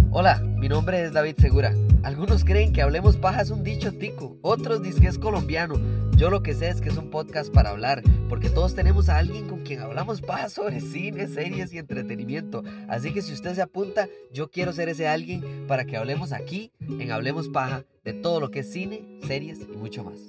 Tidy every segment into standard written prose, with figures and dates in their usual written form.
Hola, mi nombre es David Segura. Algunos creen que Hablemos Paja es un dicho tico, otros dicen que es colombiano. Yo lo que sé es que es un podcast para hablar, porque todos tenemos a alguien con quien hablamos paja sobre cine, series y entretenimiento. Así que si usted se apunta, yo quiero ser ese alguien para que hablemos aquí, en Hablemos Paja, de todo lo que es cine, series y mucho más.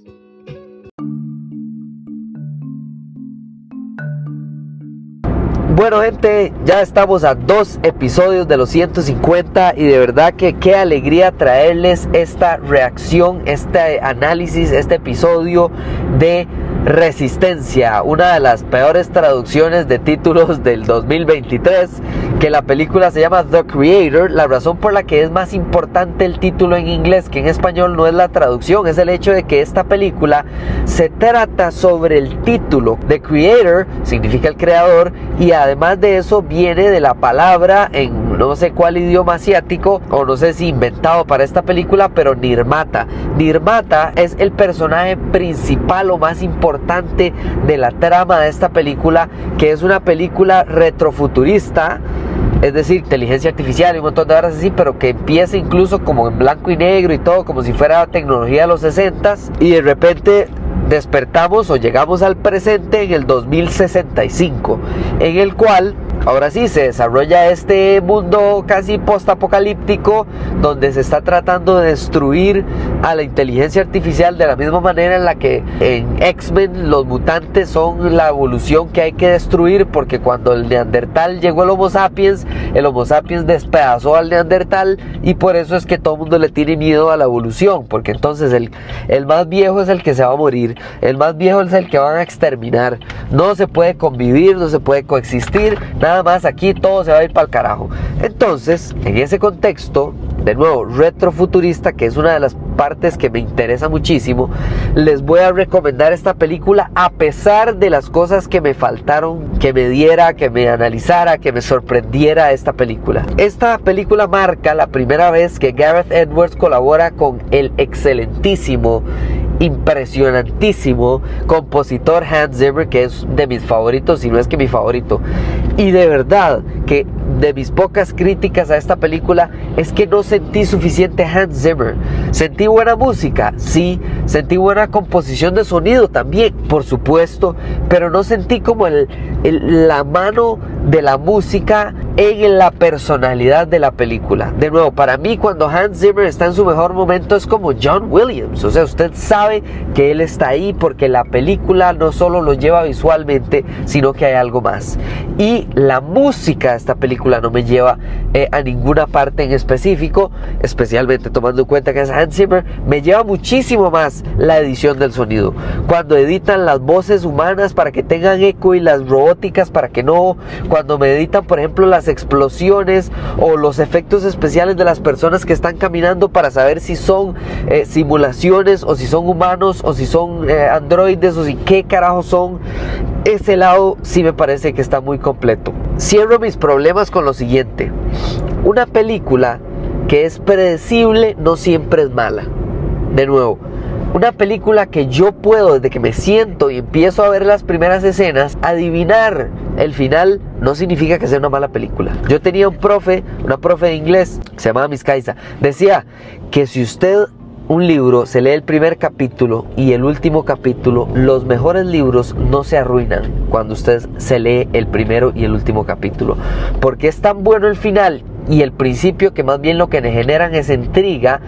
Bueno, gente, ya estamos a 2 episodios de los 150 y de verdad que qué alegría traerles esta reacción, este análisis, este episodio de Resistencia, una de las peores traducciones de títulos del 2023, que la película se llama The Creator. La razón por la que es más importante el título en inglés que en español no es la traducción, es el hecho de que esta película se trata sobre el título. The Creator significa el creador y además de eso viene de la palabra en no sé cuál idioma asiático o no sé si inventado para esta película, pero Nirmata. Nirmata es el personaje principal o más importante de la trama de esta película, que es una película retrofuturista, es decir, inteligencia artificial y un montón de cosas así, pero que empieza incluso como en blanco y negro y todo, como si fuera tecnología de los 60s, y de repente despertamos o llegamos al presente en el 2065, en el cual ahora sí se desarrolla este mundo casi postapocalíptico donde se está tratando de destruir a la inteligencia artificial de la misma manera en la que en X-Men los mutantes son la evolución que hay que destruir, porque cuando el Neandertal llegó el Homo sapiens despedazó al Neandertal y por eso es que todo el mundo le tiene miedo a la evolución, porque entonces el más viejo es el que se va a morir, el más viejo es el que van a exterminar, no se puede convivir, no se puede coexistir, nada más aquí todo se va a ir para el carajo. Entonces, en ese contexto, de nuevo, retrofuturista, que es una de las partes que me interesa muchísimo, les voy a recomendar esta película a pesar de las cosas que me faltaron que me diera, que me analizara, que me sorprendiera esta película. Esta película marca la primera vez que Gareth Edwards colabora con el excelentísimo, impresionantísimo compositor Hans Zimmer, que es de mis favoritos, si no es que mi favorito. Y de verdad que de mis pocas críticas a esta película es que no sentí suficiente Hans Zimmer. Sentí buena música, sí, sentí buena composición de sonido también, por supuesto, pero no sentí como la mano de la música en la personalidad de la película. De nuevo, para mí cuando Hans Zimmer está en su mejor momento es como John Williams, o sea, usted sabe que él está ahí porque la película no solo lo lleva visualmente, sino que hay algo más. Y la música de esta película no me lleva a ninguna parte en específico, especialmente tomando en cuenta que es Hans Zimmer. Me lleva muchísimo más la edición del sonido, cuando editan las voces humanas para que tengan eco y las robóticas para que no, cuando me editan por ejemplo las explosiones o los efectos especiales de las personas que están caminando para saber si son simulaciones o si son humanos o si son androides o si qué carajo son. Ese lado sí me parece que está muy completo. Cierro mis problemas con lo siguiente: una película que es predecible no siempre es mala. De nuevo, una película que yo puedo, desde que me siento y empiezo a ver las primeras escenas, adivinar el final, no significa que sea una mala película. Yo tenía una profe de inglés, se llamaba Miss Kaisa, decía que si usted un libro se lee el primer capítulo y el último capítulo, los mejores libros no se arruinan cuando usted se lee el primero y el último capítulo, porque es tan bueno el final y el principio que más bien lo que le generan es intriga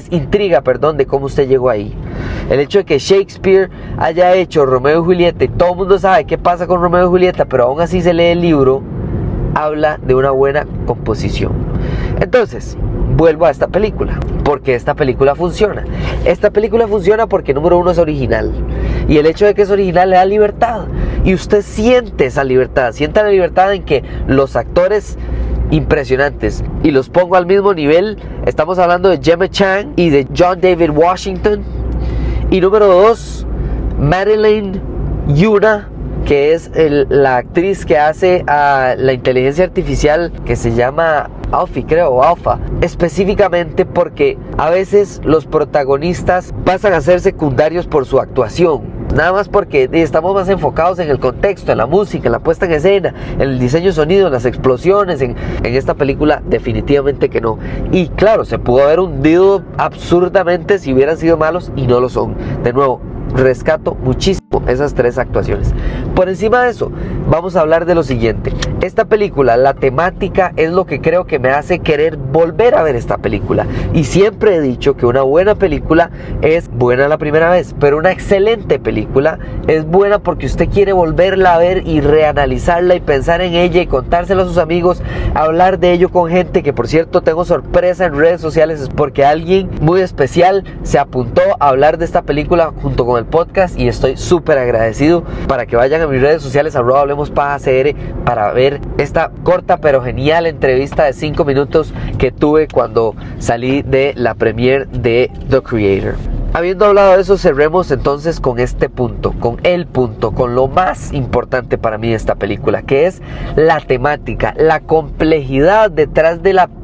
de cómo usted llegó ahí. El hecho de que Shakespeare haya hecho Romeo y Julieta y todo el mundo sabe qué pasa con Romeo y Julieta, pero aún así se lee el libro, habla de una buena composición. Entonces, vuelvo a esta película, porque esta película funciona. Esta película funciona porque número uno es original, y el hecho de que es original le da libertad, y usted siente esa libertad, siente la libertad en que los actores impresionantes, y los pongo al mismo nivel, estamos hablando de Gemma Chan y de John David Washington, y número dos, Madeline Yuna, que es la actriz que hace a la inteligencia artificial que se llama Alfie, creo, o Alpha, específicamente porque a veces los protagonistas pasan a ser secundarios por su actuación. nada más porque estamos más enfocados en el contexto, en la música, en la puesta en escena, en el diseño de sonido, en las explosiones, en esta película, definitivamente que no. Y claro, se pudo haber hundido absurdamente si hubieran sido malos y no lo son. De nuevo, rescato muchísimo esas 3 actuaciones. Por encima de eso, vamos a hablar de lo siguiente. Esta película, la temática es lo que creo que me hace querer volver a ver esta película. Y siempre he dicho que una buena película es buena la primera vez, pero una excelente película es buena porque usted quiere volverla a ver y reanalizarla y pensar en ella y contársela a sus amigos, hablar de ello con gente, que por cierto tengo sorpresa en redes sociales, es porque alguien muy especial se apuntó a hablar de esta película junto con el podcast y estoy súper agradecido. Para que vayan a mis redes sociales @HablemosPajaCR para ver esta corta pero genial entrevista de 5 minutos que tuve cuando salí de la premiere de The Creator. Habiendo hablado de eso, cerremos entonces con este punto, con lo más importante para mí de esta película, que es la temática, la complejidad detrás de la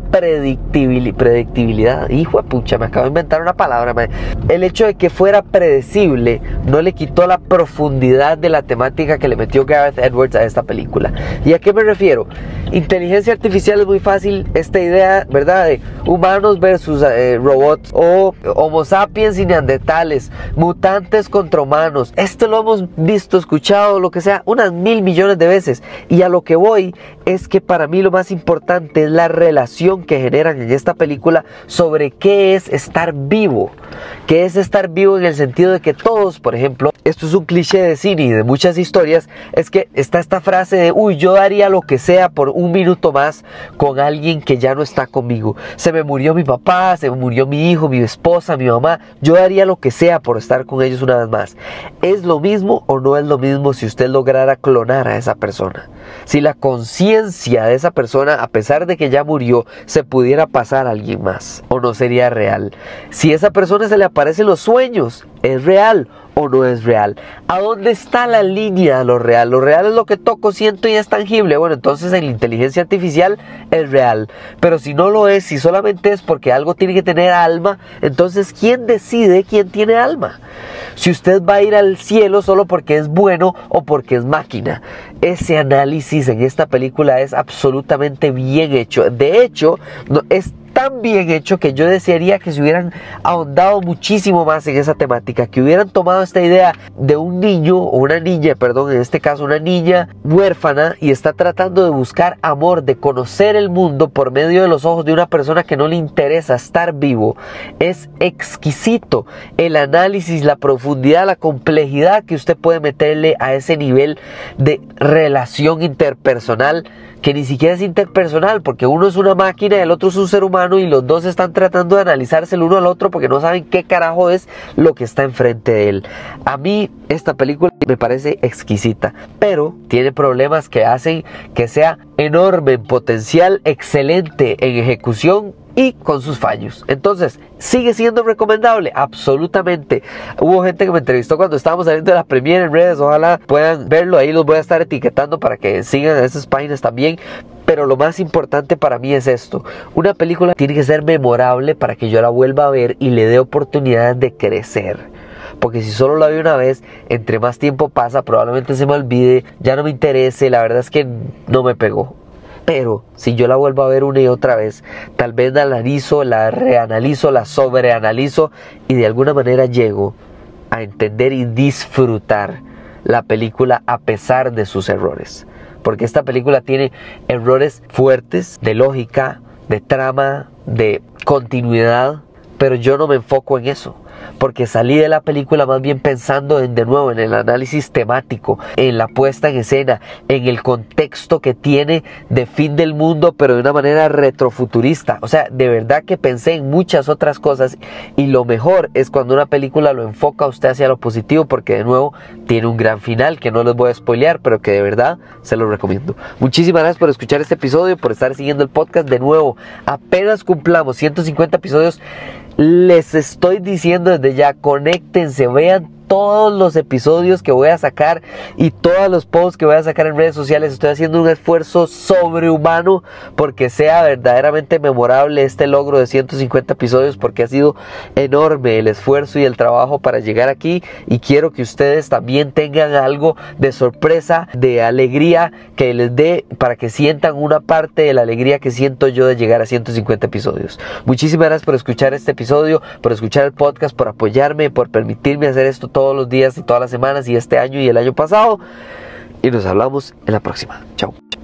predictibilidad. Hijo de pucha, me acabo de inventar una palabra, man. El hecho de que fuera predecible no le quitó la profundidad de la temática que le metió Gareth Edwards a esta película. ¿Y a qué me refiero? Inteligencia artificial es muy fácil, esta idea, ¿verdad? De humanos versus robots, o Homo sapiens y neandertales, mutantes contra humanos. Esto lo hemos visto, escuchado, lo que sea, unas 1000 millones de veces. Y a lo que voy es que para mí lo más importante es la relación que generan en esta película sobre qué es estar vivo. Qué es estar vivo en el sentido de que todos, por ejemplo, esto es un cliché de cine y de muchas historias, es que está esta frase de, uy, yo daría lo que sea por un minuto más con alguien que ya no está conmigo. Se me murió mi papá, se me murió mi hijo, mi esposa, mi mamá, yo daría lo que sea por estar con ellos una vez más. ¿Es lo mismo o no es lo mismo si usted lograra clonar a esa persona? Si la conciencia de esa persona, a pesar de que ya murió, se pudiera pasar a alguien más, ¿o no sería real? Si esa persona se le aparece en los sueños, ¿es real o no es real? ¿A dónde está la línea de lo real? Lo real es lo que toco, siento y es tangible. Bueno, entonces en la inteligencia artificial es real. Pero si no lo es, si solamente es porque algo tiene que tener alma, entonces ¿quién decide quién tiene alma? Si usted va a ir al cielo solo porque es bueno o porque es máquina. Ese análisis en esta película es absolutamente bien hecho. De hecho, es tan bien hecho que yo desearía que se hubieran ahondado muchísimo más en esa temática, que hubieran tomado esta idea de un niño o una niña, perdón, en este caso una niña huérfana y está tratando de buscar amor, de conocer el mundo por medio de los ojos de una persona que no le interesa estar vivo. Es exquisito el análisis, la profundidad, la complejidad que usted puede meterle a ese nivel de relación interpersonal, que ni siquiera es interpersonal, porque uno es una máquina y el otro es un ser humano y los dos están tratando de analizarse el uno al otro porque no saben qué carajo es lo que está enfrente de él. A mí esta película me parece exquisita, pero tiene problemas que hacen que sea enorme en potencial, excelente en ejecución y con sus fallos. Entonces, ¿sigue siendo recomendable? Absolutamente. Hubo gente que me entrevistó cuando estábamos saliendo de la premiere en redes, ojalá puedan verlo, ahí los voy a estar etiquetando para que sigan a esas páginas también. Pero lo más importante para mí es esto: una película tiene que ser memorable para que yo la vuelva a ver y le dé oportunidad de crecer. Porque si solo la vi una vez, entre más tiempo pasa, probablemente se me olvide, ya no me interese, la verdad es que no me pegó. Pero si yo la vuelvo a ver una y otra vez, tal vez la analizo, la reanalizo, la sobreanalizo y de alguna manera llego a entender y disfrutar la película a pesar de sus errores. Porque esta película tiene errores fuertes de lógica, de trama, de continuidad, pero yo no me enfoco en eso. Porque salí de la película más bien pensando de nuevo en el análisis temático, en la puesta en escena, en el contexto que tiene de fin del mundo, pero de una manera retrofuturista. O sea, de verdad que pensé en muchas otras cosas, y lo mejor es cuando una película lo enfoca a usted hacia lo positivo, porque de nuevo tiene un gran final que no les voy a spoilear, pero que de verdad se lo recomiendo. Muchísimas gracias por escuchar este episodio, por estar siguiendo el podcast. De nuevo, apenas cumplamos 150 episodios. Les estoy diciendo desde ya, conéctense, vean todos los episodios que voy a sacar y todos los posts que voy a sacar en redes sociales. Estoy haciendo un esfuerzo sobrehumano porque sea verdaderamente memorable este logro de 150 episodios, porque ha sido enorme el esfuerzo y el trabajo para llegar aquí, y quiero que ustedes también tengan algo de sorpresa, de alegría que les dé, para que sientan una parte de la alegría que siento yo de llegar a 150 episodios. Muchísimas gracias por escuchar este episodio, por escuchar el podcast, por apoyarme, por permitirme hacer esto todos los días y todas las semanas y este año y el año pasado, y nos hablamos en la próxima. Chao.